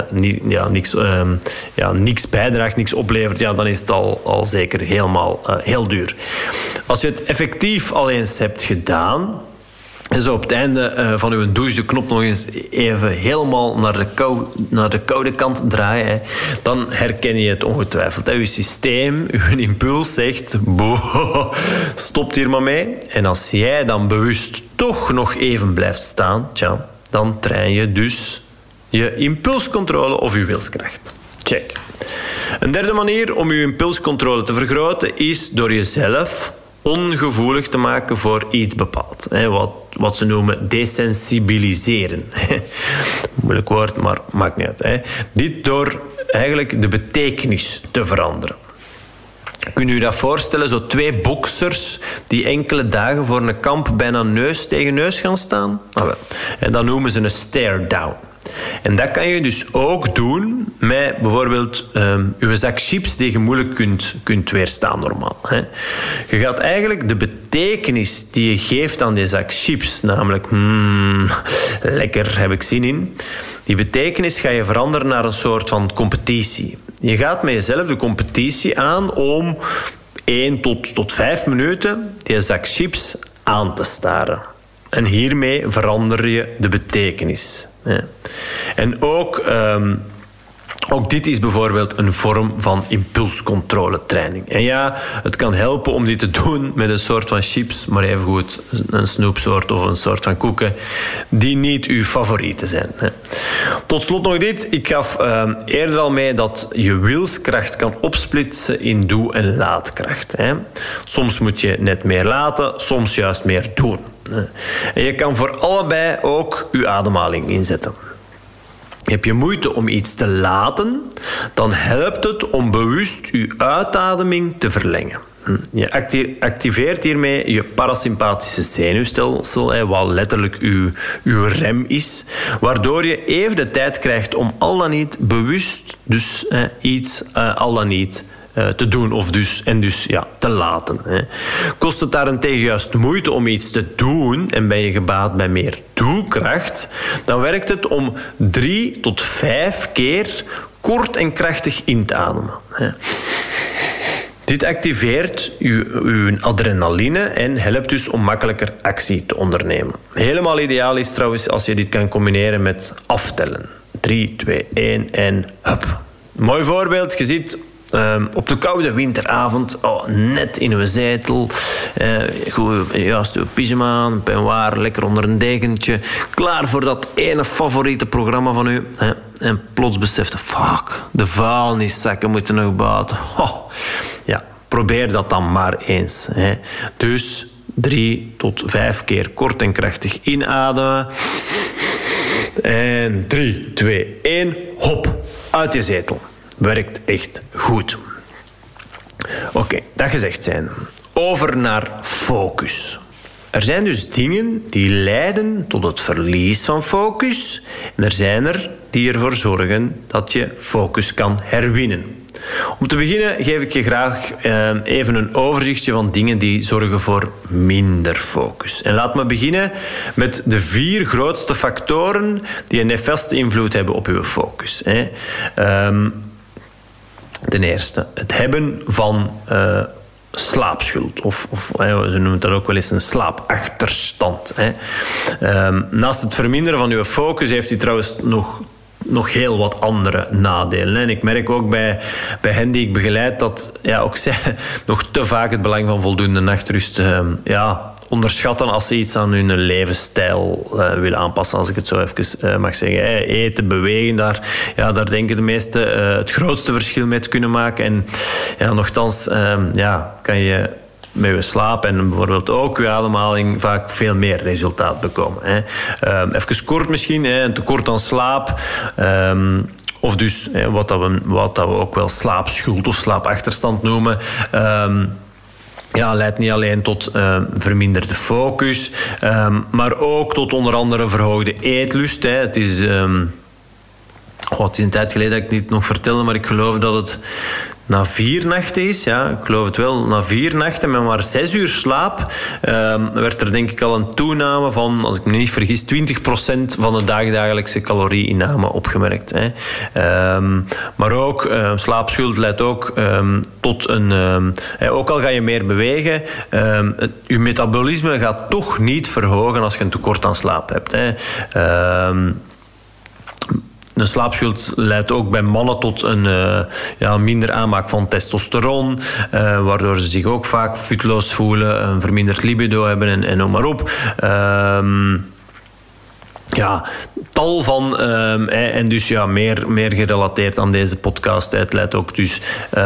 niks bijdraagt, niks oplevert, dan is het al zeker helemaal heel duur. Als je het effectief al eens hebt gedaan, en zo op het einde van uw douche de knop nog eens even helemaal naar de koude kant draaien, dan herken je het ongetwijfeld. Uw systeem, uw impuls zegt, stop hier maar mee. En als jij dan bewust toch nog even blijft staan, dan train je dus je impulscontrole of je wilskracht. Check. Een derde manier om je impulscontrole te vergroten is door jezelf ongevoelig te maken voor iets bepaald. Wat ze noemen desensibiliseren. Moeilijk woord, maar maakt niet uit. Dit door eigenlijk de betekenis te veranderen. Kun je dat voorstellen? Zo 2 boksers die enkele dagen voor een kamp bijna neus tegen neus gaan staan? En dat noemen ze een stare-down. En dat kan je dus ook doen met bijvoorbeeld je zak chips die je moeilijk kunt weerstaan normaal. Je gaat eigenlijk de betekenis die je geeft aan die zak chips, namelijk lekker, heb ik zin in, die betekenis ga je veranderen naar een soort van competitie. Je gaat met jezelf de competitie aan om 1 tot 5 minuten die zak chips aan te staren. En hiermee verander je de betekenis. En ook dit is bijvoorbeeld een vorm van impulscontroletraining. En ja, het kan helpen om dit te doen met een soort van chips, maar evengoed een snoepsoort of een soort van koeken die niet uw favorieten zijn. Tot slot nog dit. Ik gaf eerder al mee dat je wilskracht kan opsplitsen in doe- en laatkracht. Soms moet je net meer laten, soms juist meer doen. En je kan voor allebei ook je ademhaling inzetten. Heb je moeite om iets te laten, dan helpt het om bewust je uitademing te verlengen. Je activeert hiermee je parasympathische zenuwstelsel, wat letterlijk uw rem is, waardoor je even de tijd krijgt om al dan niet bewust dus iets al dan niet te doen of dus te laten. Kost het daarentegen juist moeite om iets te doen en ben je gebaat bij meer doelkracht, dan werkt het om 3 tot 5 keer kort en krachtig in te ademen. Dit activeert uw adrenaline en helpt dus om makkelijker actie te ondernemen. Helemaal ideaal is trouwens als je dit kan combineren met aftellen. 3, 2, 1 en hup. Mooi voorbeeld, je zit op de koude winteravond, net in uw zetel, juist uw pyjama, een peignoir, lekker onder een dekentje, klaar voor dat ene favoriete programma van u. En plots beseft, fuck, de vuilniszakken moeten nog buiten. Ja, probeer dat dan maar eens. Dus 3 tot 5 keer kort en krachtig inademen. En 3, 2, 1, hop, uit je zetel. Werkt echt goed. Oké, dat gezegd zijn. Over naar focus. Er zijn dus dingen die leiden tot het verlies van focus. En er zijn er die ervoor zorgen dat je focus kan herwinnen. Om te beginnen geef ik je graag even een overzichtje van dingen die zorgen voor minder focus. En laat me beginnen met de 4 grootste factoren die een nefaste invloed hebben op je focus. Ten eerste, het hebben van slaapschuld. Of ze noemen dat ook wel eens een slaapachterstand. Naast het verminderen van uw focus heeft hij trouwens nog heel wat andere nadelen. En ik merk ook bij hen die ik begeleid dat ook zij nog te vaak het belang van voldoende nachtrust onderschatten als ze iets aan hun levensstijl willen aanpassen, als ik het zo even mag zeggen. Eten, bewegen, daar denken de meesten het grootste verschil mee te kunnen maken. En nochtans kan je met je slaap en bijvoorbeeld ook je ademhaling vaak veel meer resultaat bekomen. Even kort misschien, een tekort aan slaap. Of dus wat we ook wel slaapschuld of slaapachterstand noemen. Leidt niet alleen tot verminderde focus, maar ook tot onder andere verhoogde eetlust. Het is een tijd geleden dat ik dit nog vertelde, maar ik geloof dat het na 4 nachten is. Ja, ik geloof het wel. Na 4 nachten met maar 6 uur slaap werd er denk ik al een toename van, als ik me niet vergis, 20% van de dagdagelijkse calorieinname opgemerkt. Maar ook slaapschuld leidt ook tot een... ook al ga je meer bewegen, je metabolisme gaat toch niet verhogen als je een tekort aan slaap hebt. Een slaapschuld leidt ook bij mannen tot een minder aanmaak van testosteron, waardoor ze zich ook vaak futloos voelen, een verminderd libido hebben en noem maar op. Tal van... en dus meer gerelateerd aan deze podcast. Het leidt ook dus...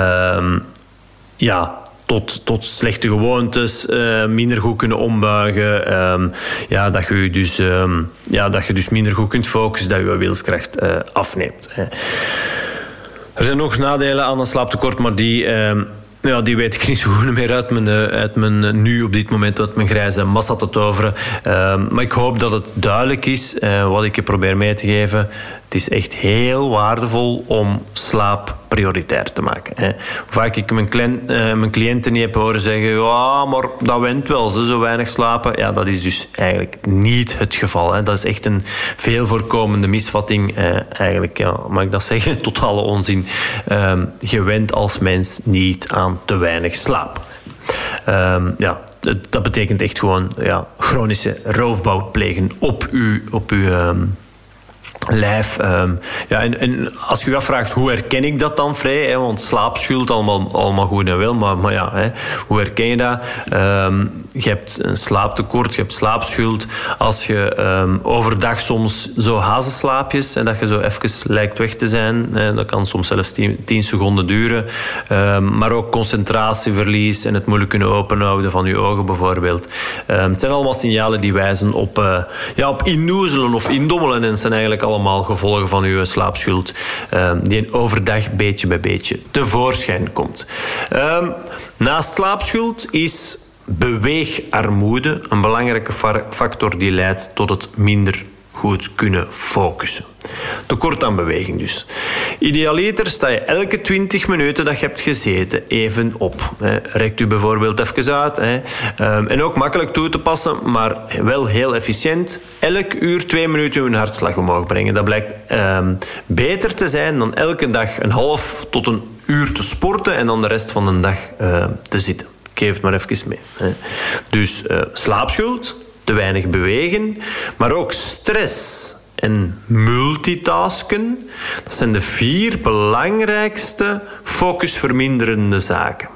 tot slechte gewoontes, minder goed kunnen ombuigen, dat je dus minder goed kunt focussen, dat je wilskracht afneemt. Er zijn nog nadelen aan een slaaptekort, maar die weet ik niet zo goed meer uit mijn nu op dit moment uit mijn grijze massa te toveren. Maar ik hoop dat het duidelijk is wat ik je probeer mee te geven. Het is echt heel waardevol om slaap prioritair te maken. Hoe vaak ik mijn cliënten niet heb horen zeggen, maar dat went wel, zo weinig slapen. Ja, dat is dus eigenlijk niet het geval. Dat is echt een veel voorkomende misvatting. Eigenlijk, mag ik dat zeggen, totale onzin. Je went als mens niet aan te weinig slaap. Dat betekent echt gewoon chronische roofbouw plegen op uw lijf. En als je je afvraagt, hoe herken ik dat dan vrij? Want slaapschuld, allemaal goed en wel, maar hoe herken je dat? Je hebt een slaaptekort, je hebt slaapschuld. Als je overdag soms zo hazenslaapjes, en dat je zo even lijkt weg te zijn, dat kan soms zelfs 10 seconden duren. Maar ook concentratieverlies en het moeilijk kunnen openhouden van je ogen bijvoorbeeld. Het zijn allemaal signalen die wijzen op innoezelen of indommelen. En het zijn eigenlijk eigenlijk allemaal gevolgen van uw slaapschuld die overdag beetje bij beetje tevoorschijn komt. Naast slaapschuld is beweegarmoede een belangrijke factor die leidt tot het minder goed kunnen focussen. Tekort aan beweging dus. Idealiter sta je elke 20 minuten dat je hebt gezeten even op. Rekt u bijvoorbeeld even uit. En ook makkelijk toe te passen, maar wel heel efficiënt. Elk uur 2 minuten uw hartslag omhoog brengen. Dat blijkt beter te zijn dan elke dag een half tot een uur te sporten en dan de rest van de dag te zitten. Ik geef het maar even mee. Dus slaapschuld, te weinig bewegen, maar ook stress en multitasken. Dat zijn de 4 belangrijkste focusverminderende zaken.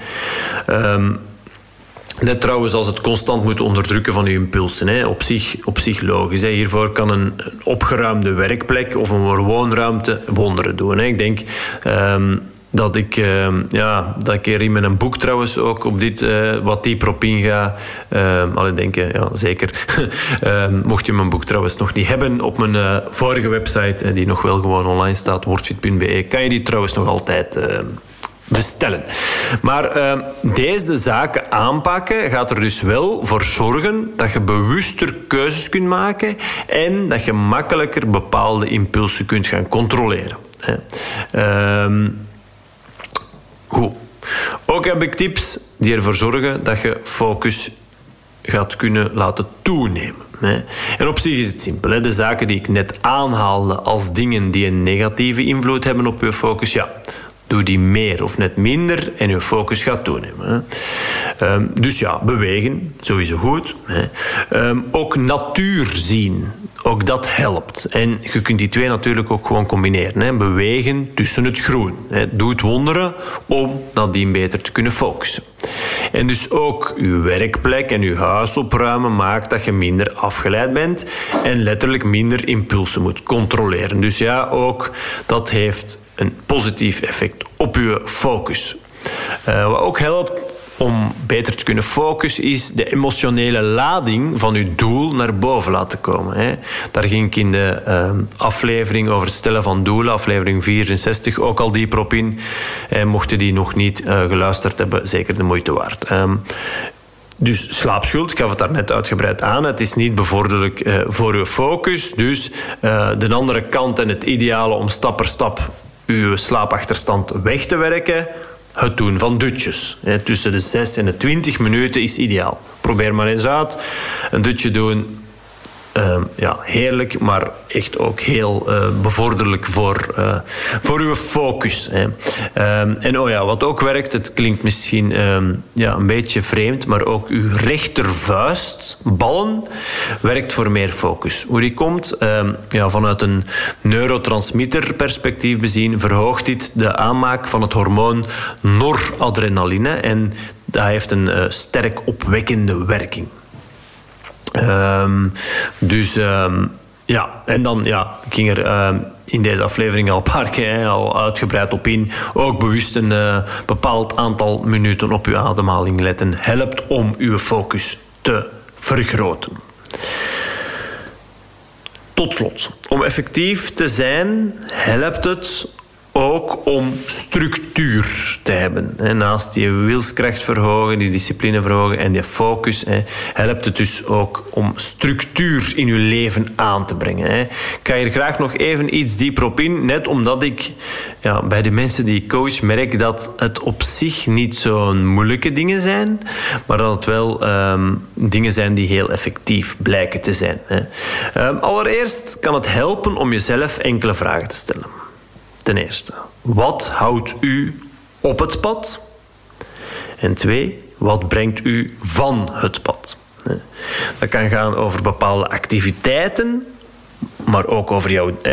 Net trouwens als het constant moeten onderdrukken van uw impulsen. Op zich logisch. Hiervoor kan een opgeruimde werkplek of een woonruimte wonderen doen. Ik denk dat ik er in mijn boek trouwens ook op dit wat dieper op inga. Zeker. Mocht je mijn boek trouwens nog niet hebben op mijn vorige website, die nog wel gewoon online staat, wordfit.be, kan je die trouwens nog altijd bestellen. Maar deze zaken aanpakken gaat er dus wel voor zorgen dat je bewuster keuzes kunt maken en dat je makkelijker bepaalde impulsen kunt gaan controleren. Goed. Ook heb ik tips die ervoor zorgen dat je focus gaat kunnen laten toenemen. En op zich is het simpel. De zaken die ik net aanhaalde als dingen die een negatieve invloed hebben op je focus, doe die meer of net minder en je focus gaat toenemen. Dus bewegen, sowieso goed. Ook natuur zien, ook dat helpt. En je kunt die 2 natuurlijk ook gewoon combineren. Bewegen tussen het groen. Doe wonderen om nadien beter te kunnen focussen. En dus ook je werkplek en je huis opruimen maakt dat je minder afgeleid bent en letterlijk minder impulsen moet controleren. Dus ook dat heeft een positief effect op je focus. Wat ook helpt om beter te kunnen focussen is de emotionele lading van je doel naar boven laten komen. Daar ging ik in de aflevering over het stellen van doelen, aflevering 64, ook al dieper op in. Mochten die nog niet geluisterd hebben, zeker de moeite waard. Dus slaapschuld, ik gaf het daar net uitgebreid aan. Het is niet bevorderlijk voor je focus. Dus de andere kant en het ideale om stap per stap uw slaapachterstand weg te werken, het doen van dutjes. Tussen de 6 en de 20 minuten is ideaal. Probeer maar eens uit. Een dutje doen, heerlijk, maar echt ook heel bevorderlijk voor uw focus. En wat ook werkt, het klinkt misschien een beetje vreemd, maar ook uw rechtervuist, ballen, werkt voor meer focus. Hoe die komt, vanuit een neurotransmitterperspectief bezien, verhoogt dit de aanmaak van het hormoon noradrenaline en dat heeft een sterk opwekkende werking. En dan ik ging er in deze aflevering al een paar keer al uitgebreid op in. Ook bewust een bepaald aantal minuten op uw ademhaling letten helpt om uw focus te vergroten. Tot slot, om effectief te zijn helpt het ook om structuur te hebben. Naast die wilskracht verhogen, die discipline verhogen en die focus, helpt het dus ook om structuur in je leven aan te brengen. Ik ga hier graag nog even iets dieper op in, net omdat ik bij de mensen die ik coach merk dat het op zich niet zo'n moeilijke dingen zijn, maar dat het wel dingen zijn die heel effectief blijken te zijn. Allereerst kan het helpen om jezelf enkele vragen te stellen. Ten eerste, wat houdt u op het pad? En 2, wat brengt u van het pad? Dat kan gaan over bepaalde activiteiten, maar ook over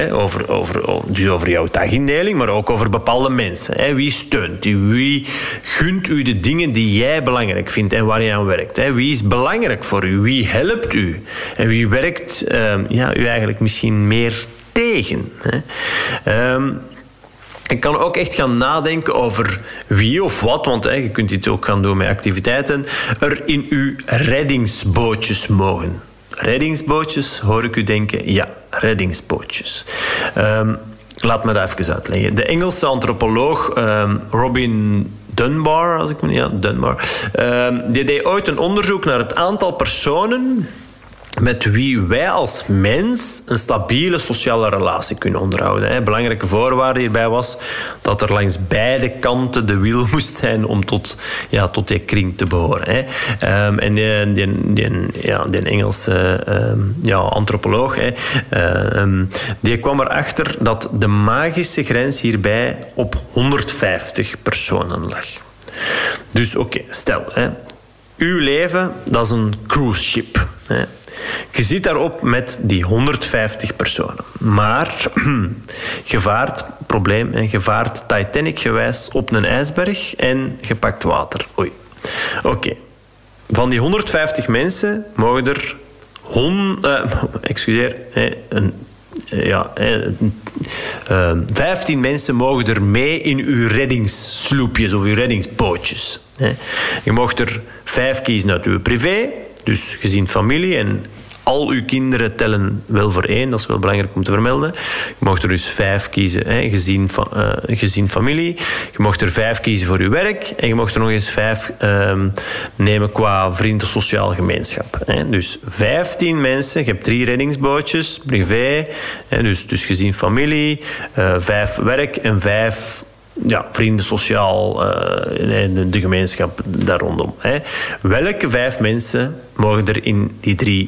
jouw dagindeling, maar ook over bepaalde mensen. Wie steunt u? Wie gunt u de dingen die jij belangrijk vindt en waar je aan werkt? Wie is belangrijk voor u? Wie helpt u? En wie werkt u eigenlijk misschien meer tegen? Ik kan ook echt gaan nadenken over wie of wat, want je kunt dit ook gaan doen met activiteiten, er in uw reddingsbootjes mogen. Reddingsbootjes, hoor ik u denken? Ja, reddingsbootjes. Laat me dat even uitleggen. De Engelse antropoloog Robin Dunbar, die deed ooit een onderzoek naar het aantal personen met wie wij als mens een stabiele sociale relatie kunnen onderhouden. Belangrijke voorwaarde hierbij was dat er langs beide kanten de wil moest zijn om tot die kring te behoren. En die Engelse antropoloog, die kwam erachter dat de magische grens hierbij op 150 personen lag. Dus stel, uw leven, dat is een cruise ship. Je zit daarop met die 150 personen. Maar je vaart Titanic-gewijs op een ijsberg en je pakt water. Oké. Van die 150 mensen mogen er 15 mensen mogen er mee in uw reddingssloepjes of uw reddingsbootjes. Je mocht er 5 kiezen uit uw privé, dus gezin, familie, en al uw kinderen tellen wel voor 1, dat is wel belangrijk om te vermelden. Je mocht er dus 5 kiezen, gezin, familie. Je mocht er 5 kiezen voor uw werk. En je mocht er nog eens 5 nemen qua vrienden, sociaal gemeenschap. Dus 15 mensen, je hebt 3 reddingsbootjes, privé. Dus gezin, familie, 5 werk en 5... vrienden, sociaal, de gemeenschap daar rondom. Welke 5 mensen mogen er in die 3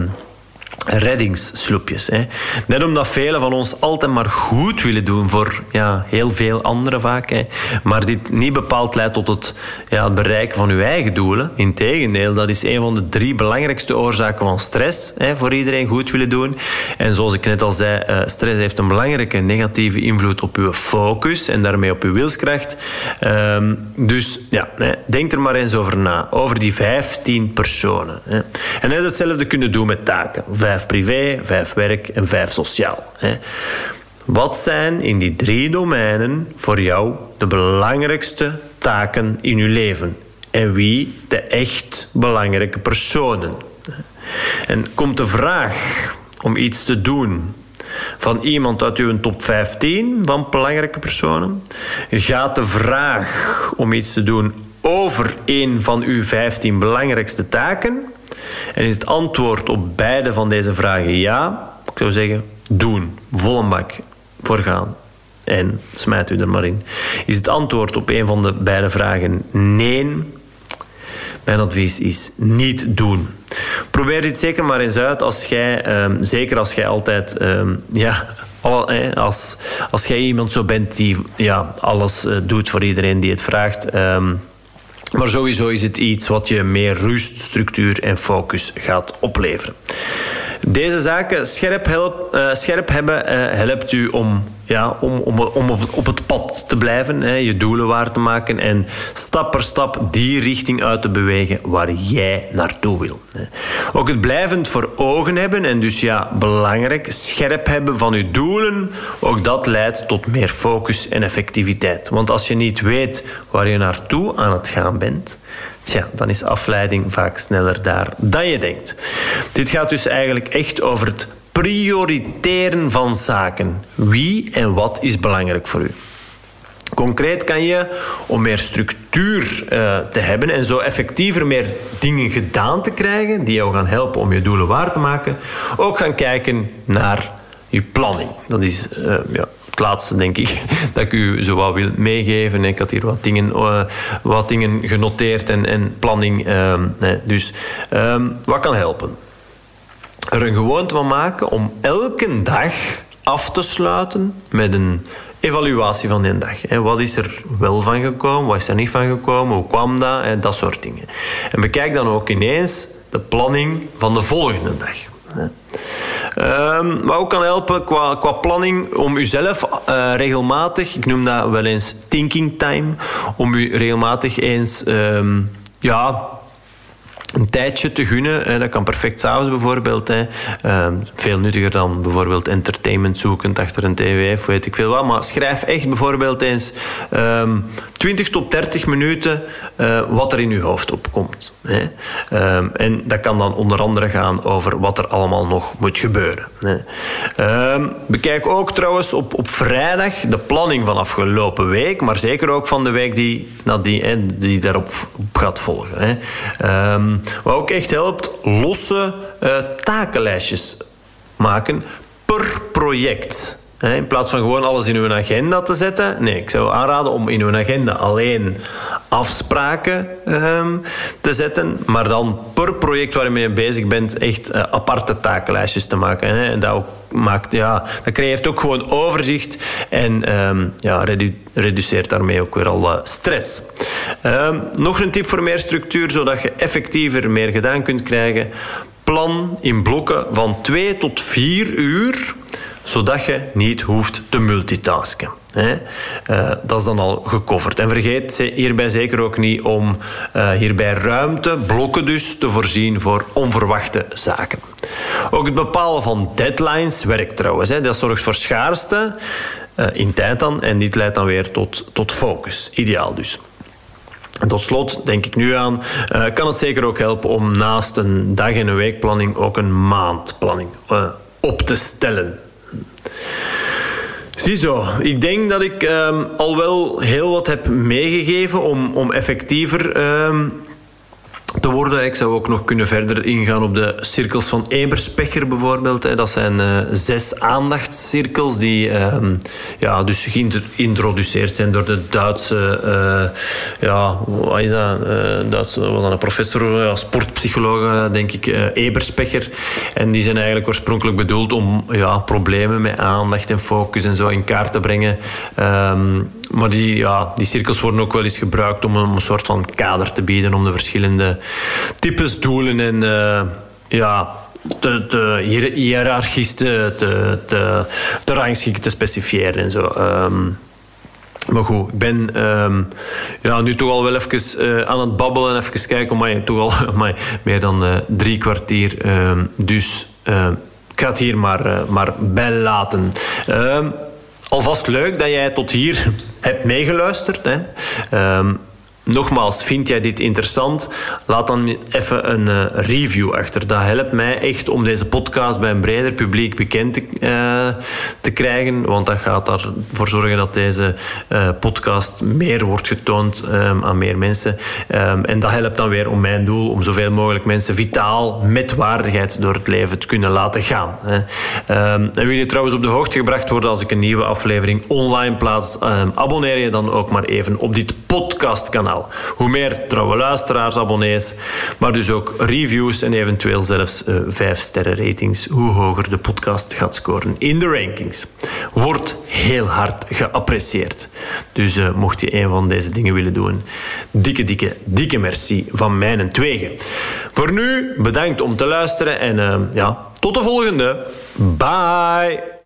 reddingssloepjes? Net omdat velen van ons altijd maar goed willen doen voor heel veel anderen vaak. Maar dit niet bepaald leidt tot het bereiken van uw eigen doelen. Integendeel, dat is een van de 3 belangrijkste oorzaken van stress. Voor iedereen goed willen doen. En zoals ik net al zei, stress heeft een belangrijke negatieve invloed op uw focus en daarmee op uw wilskracht. Dus denk er maar eens over na. Over die 15 personen. En net hetzelfde kunnen doen met taken. 5 privé, 5 werk en 5 sociaal. Wat zijn in die 3 domeinen voor jou de belangrijkste taken in je leven? En wie de echt belangrijke personen? En komt de vraag om iets te doen van iemand uit uw top 15 van belangrijke personen? Gaat de vraag om iets te doen over een van uw 15 belangrijkste taken? En is het antwoord op beide van deze vragen ja? Ik zou zeggen, doen. Volle bak voor gaan. En smijt u er maar in. Is het antwoord op een van de beide vragen nee? Mijn advies is niet doen. Probeer dit zeker maar eens uit zeker als jij altijd... Als jij iemand zo bent die alles doet voor iedereen die het vraagt... Maar sowieso is het iets wat je meer rust, structuur en focus gaat opleveren. Deze zaken scherp hebben helpt u om op het pad te blijven, je doelen waar te maken en stap per stap die richting uit te bewegen waar jij naartoe wil. Ook het blijvend voor ogen hebben en dus belangrijk, scherp hebben van je doelen, ook dat leidt tot meer focus en effectiviteit. Want als je niet weet waar je naartoe aan het gaan bent, dan is afleiding vaak sneller daar dan je denkt. Dit gaat dus eigenlijk echt over het prioriteren van zaken. Wie en wat is belangrijk voor u? Concreet kan je, om meer structuur te hebben en zo effectiever meer dingen gedaan te krijgen die jou gaan helpen om je doelen waar te maken, ook gaan kijken naar je planning. Dat is het laatste, denk ik, dat ik u zo wat wil meegeven. Ik had hier wat dingen genoteerd en planning. Dus wat kan helpen? Er een gewoonte van maken om elke dag af te sluiten met een evaluatie van die dag. Wat is er wel van gekomen? Wat is er niet van gekomen? Hoe kwam dat? Dat soort dingen. En bekijk dan ook ineens de planning van de volgende dag. Wat ook kan helpen qua planning om uzelf regelmatig, ik noem dat wel eens thinking time, om u regelmatig eens een tijdje te gunnen. Dat kan perfect 's avonds bijvoorbeeld. Veel nuttiger dan bijvoorbeeld entertainment zoekend achter een tv of weet ik veel wat. Maar schrijf echt bijvoorbeeld eens 20 tot 30 minuten wat er in je hoofd opkomt. En dat kan dan onder andere gaan over wat er allemaal nog moet gebeuren. Bekijk ook trouwens op vrijdag de planning van afgelopen week, maar zeker ook van de week die daarop gaat volgen. Wat ook echt helpt, losse takenlijstjes maken per project. In plaats van gewoon alles in uw agenda te zetten. Nee, ik zou aanraden om in uw agenda alleen afspraken te zetten. Maar dan per project waar je mee bezig bent echt aparte takenlijstjes te maken. En dat creëert ook gewoon overzicht. En reduceert daarmee ook weer al stress. Nog een tip voor meer structuur, zodat je effectiever meer gedaan kunt krijgen. Plan in blokken van 2 tot 4 uur, zodat je niet hoeft te multitasken. Dat is dan al gecoverd. En vergeet hierbij zeker ook niet om hierbij ruimte, blokken dus, te voorzien voor onverwachte zaken. Ook het bepalen van deadlines werkt trouwens. Dat zorgt voor schaarste in tijd dan en dit leidt dan weer tot focus. Ideaal dus. En tot slot, denk ik nu aan, kan het zeker ook helpen om naast een dag- en een weekplanning ook een maandplanning op te stellen. Ziezo, ik denk dat ik al wel heel wat heb meegegeven om effectiever te worden. Ik zou ook nog kunnen verder ingaan op de cirkels van Eberspecher bijvoorbeeld. Dat zijn 6 aandachtscirkels die dus geïntroduceerd zijn door de Duitse wat is dat? Duitse, was dat een professor, sportpsycholoog, denk ik, Eberspecher. En die zijn eigenlijk oorspronkelijk bedoeld om problemen met aandacht en focus en zo in kaart te brengen. Maar die cirkels worden ook wel eens gebruikt om een soort van kader te bieden om de verschillende types doelen en te hiërarchisch te rangschikken, te specifieren en zo. Maar goed, ik ben nu toch al wel even aan het babbelen en even kijken, maar toch al meer dan 3 kwartier. Dus ik ga het hier maar bij laten. Alvast leuk dat jij tot hier hebt meegeluisterd. Nogmaals, vind jij dit interessant? Laat dan even een review achter. Dat helpt mij echt om deze podcast bij een breder publiek bekend te krijgen. Want dat gaat ervoor zorgen dat deze podcast meer wordt getoond aan meer mensen. En dat helpt dan weer om mijn doel, om zoveel mogelijk mensen vitaal met waardigheid door het leven te kunnen laten gaan. En wil je trouwens op de hoogte gebracht worden als ik een nieuwe aflevering online plaats? Abonneer je dan ook maar even op dit podcastkanaal. Hoe meer trouwe luisteraars, abonnees, maar dus ook reviews en eventueel zelfs 5-sterren ratings, hoe hoger de podcast gaat scoren in de rankings. Wordt heel hard geapprecieerd. Dus mocht je een van deze dingen willen doen, dikke merci van mijnen tweeën. Voor nu, bedankt om te luisteren en tot de volgende. Bye!